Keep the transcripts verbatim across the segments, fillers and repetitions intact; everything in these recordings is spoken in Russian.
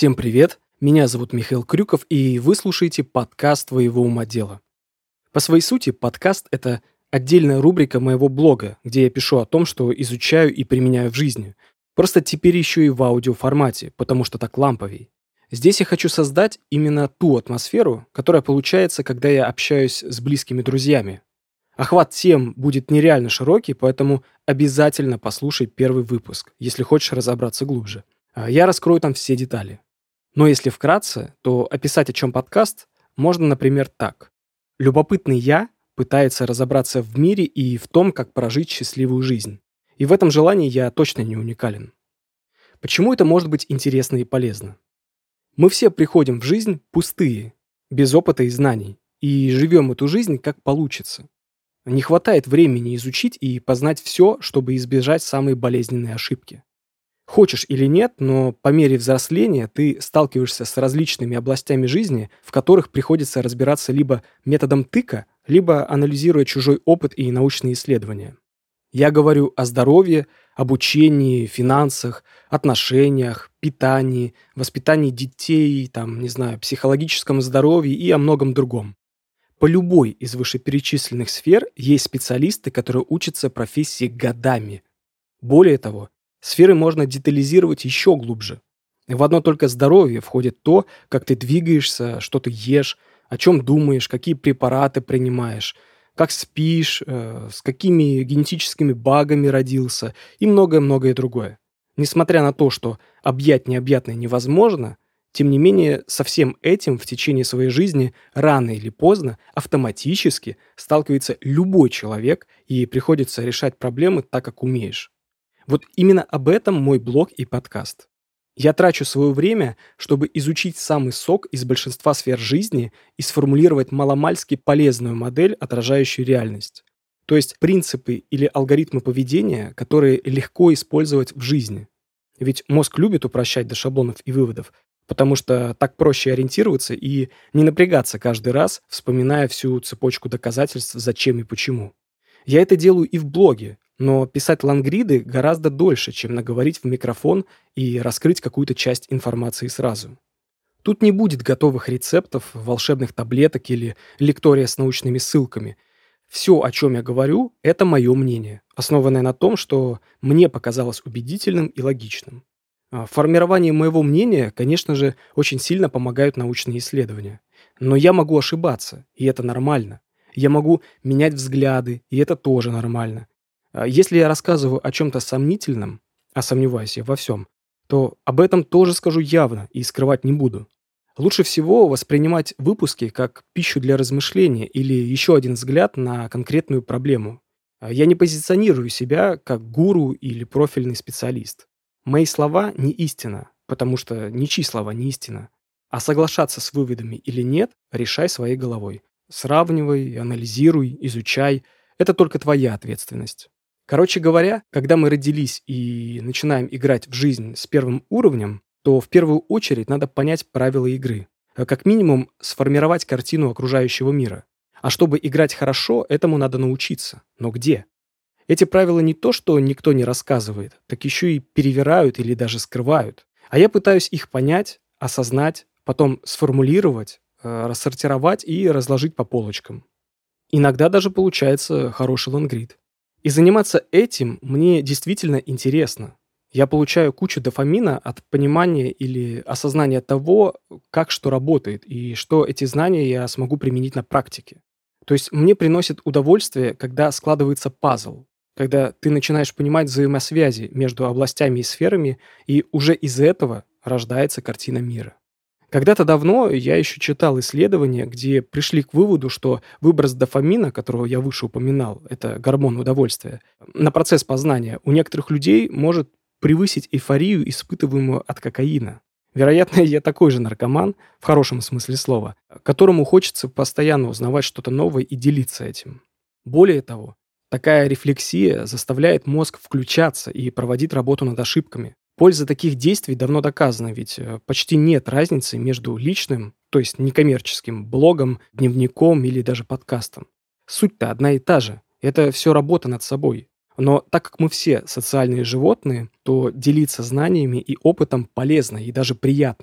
Всем привет! Меня зовут Михаил Крюков, и вы слушаете подкаст «Твоего умодела». По своей сути, подкаст– это отдельная рубрика моего блога, где я пишу о том, что изучаю и применяю в жизни. Просто теперь еще и в аудиоформате, потому что так ламповей. Здесь я хочу создать именно ту атмосферу, которая получается, когда я общаюсь с близкими друзьями. Охват тем будет нереально широкий, поэтому обязательно послушай первый выпуск, если хочешь разобраться глубже. А Я раскрою там все детали. Но если вкратце, то описать, о чем подкаст, можно, например, так. Любопытный я пытается разобраться в мире и в том, как прожить счастливую жизнь. И в этом желании я точно не уникален. Почему это может быть интересно и полезно? Мы все приходим в жизнь пустые, без опыта и знаний, и живем эту жизнь как получится. Не хватает времени изучить и познать все, чтобы избежать самые болезненные ошибки. Хочешь или нет, но по мере взросления ты сталкиваешься с различными областями жизни, в которых приходится разбираться либо методом тыка, либо анализируя чужой опыт и научные исследования. Я говорю о здоровье, обучении, финансах, отношениях, питании, воспитании детей, там, не знаю, психологическом здоровье и о многом другом. По любой из вышеперечисленных сфер есть специалисты, которые учатся профессии годами. Более того, сферы можно детализировать еще глубже. В одно только здоровье входит то, как ты двигаешься, что ты ешь, о чем думаешь, какие препараты принимаешь, как спишь, э, с какими генетическими багами родился и многое-многое другое. Несмотря на то, что объять необъятное невозможно, тем не менее со всем этим в течение своей жизни рано или поздно автоматически сталкивается любой человек и приходится решать проблемы так, как умеешь. Вот именно об этом мой блог и подкаст. Я трачу свое время, чтобы изучить самый сок из большинства сфер жизни и сформулировать маломальски полезную модель, отражающую реальность. То есть принципы или алгоритмы поведения, которые легко использовать в жизни. Ведь мозг любит упрощать до шаблонов и выводов, потому что так проще ориентироваться и не напрягаться каждый раз, вспоминая всю цепочку доказательств, зачем и почему. Я это делаю и в блоге, но писать лонгриды гораздо дольше, чем наговорить в микрофон и раскрыть какую-то часть информации сразу. Тут не будет готовых рецептов, волшебных таблеток или лектория с научными ссылками. Все, о чем я говорю, это мое мнение, основанное на том, что мне показалось убедительным и логичным. А В формировании моего мнения, конечно же, очень сильно помогают научные исследования. Но я могу ошибаться, и это нормально. Я могу менять взгляды, и это тоже нормально. А Если я рассказываю о чем-то сомнительном, а сомневаюсь я во всем, то об этом тоже скажу явно и скрывать не буду. Лучше всего воспринимать выпуски как пищу для размышления или еще один взгляд на конкретную проблему. А Я не позиционирую себя как гуру или профильный специалист. Мои слова не истина, потому что ничьи слова не истина. А соглашаться с выводами или нет, решай своей головой. Сравнивай, анализируй, изучай. Это только твоя ответственность. Короче говоря, когда мы родились и начинаем играть в жизнь с первым уровнем, то в первую очередь надо понять правила игры. А Как минимум, сформировать картину окружающего мира. А чтобы играть хорошо, этому надо научиться. Но где? Эти правила не то, что никто не рассказывает, так еще и перевирают или даже скрывают. А я пытаюсь их понять, осознать, потом сформулировать, э, рассортировать и разложить по полочкам. Иногда даже получается хороший лонгрид. И заниматься этим мне действительно интересно. Я получаю кучу дофамина от понимания или осознания того, как что работает, и что эти знания я смогу применить на практике. То есть мне приносит удовольствие, когда складывается пазл, когда ты начинаешь понимать взаимосвязи между областями и сферами, и уже из этого рождается картина мира. Когда-то давно я еще читал исследования, где пришли к выводу, что выброс дофамина, которого я выше упоминал, это гормон удовольствия, на процесс познания у некоторых людей может превысить эйфорию, испытываемую от кокаина. Вероятно, я такой же наркоман, в хорошем смысле слова, которому хочется постоянно узнавать что-то новое и делиться этим. Более того, такая рефлексия заставляет мозг включаться и проводить работу над ошибками. Польза таких действий давно доказана, ведь э, почти нет разницы между личным, то есть некоммерческим, блогом, дневником или даже подкастом. Суть-то одна и та же. Это все работа над собой. Но так как мы все социальные животные, то делиться знаниями и опытом полезно и даже приятно.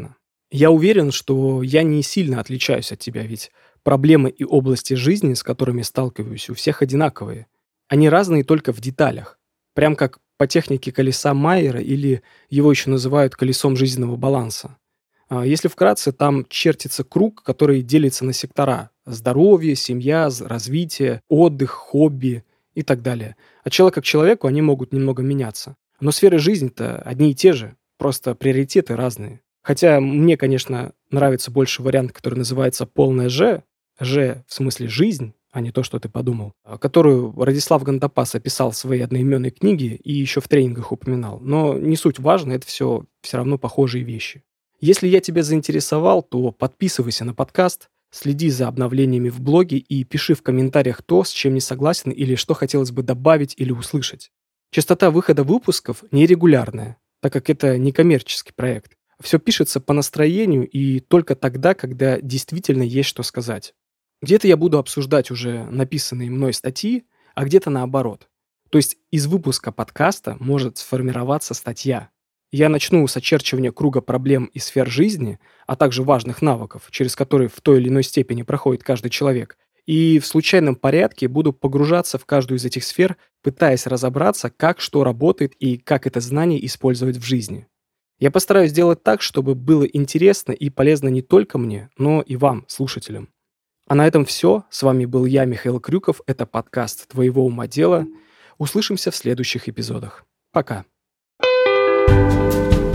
Я уверен, что я не сильно отличаюсь от тебя, ведь проблемы и области жизни, с которыми сталкиваюсь, у всех одинаковые. Они разные только в деталях. Прям как по технике колеса Майера, или его еще называют колесом жизненного баланса. А Если вкратце, там чертится круг, который делится на сектора: здоровье, семья, з- развитие, отдых, хобби и так далее. От человека к человеку они могут немного меняться. Но сферы жизни-то одни и те же, просто приоритеты разные. Хотя мне, конечно, нравится больше вариант, который называется полное «Ж», «Ж» в смысле «жизнь», а не то, что ты подумал, а, которую Радислав Гандапас описал в своей одноименной книге и еще в тренингах упоминал. Но не суть важно, это все все равно похожие вещи. Если я тебя заинтересовал, то подписывайся на подкаст, следи за обновлениями в блоге и пиши в комментариях то, с чем не согласен или что хотелось бы добавить или услышать. Частота выхода выпусков нерегулярная, так как это не коммерческий проект. Все пишется по настроению и только тогда, когда действительно есть что сказать. Где-то я буду обсуждать уже написанные мной статьи, а где-то наоборот. То есть из выпуска подкаста может сформироваться статья. Я начну с очерчивания круга проблем и сфер жизни, а также важных навыков, через которые в той или иной степени проходит каждый человек. И в случайном порядке буду погружаться в каждую из этих сфер, пытаясь разобраться, как что работает и как это знание использовать в жизни. Я постараюсь сделать так, чтобы было интересно и полезно не только мне, но и вам, слушателям. А на этом все. С вами был я, Михаил Крюков. Это подкаст «Твоего ума дело». Услышимся в следующих эпизодах. Пока.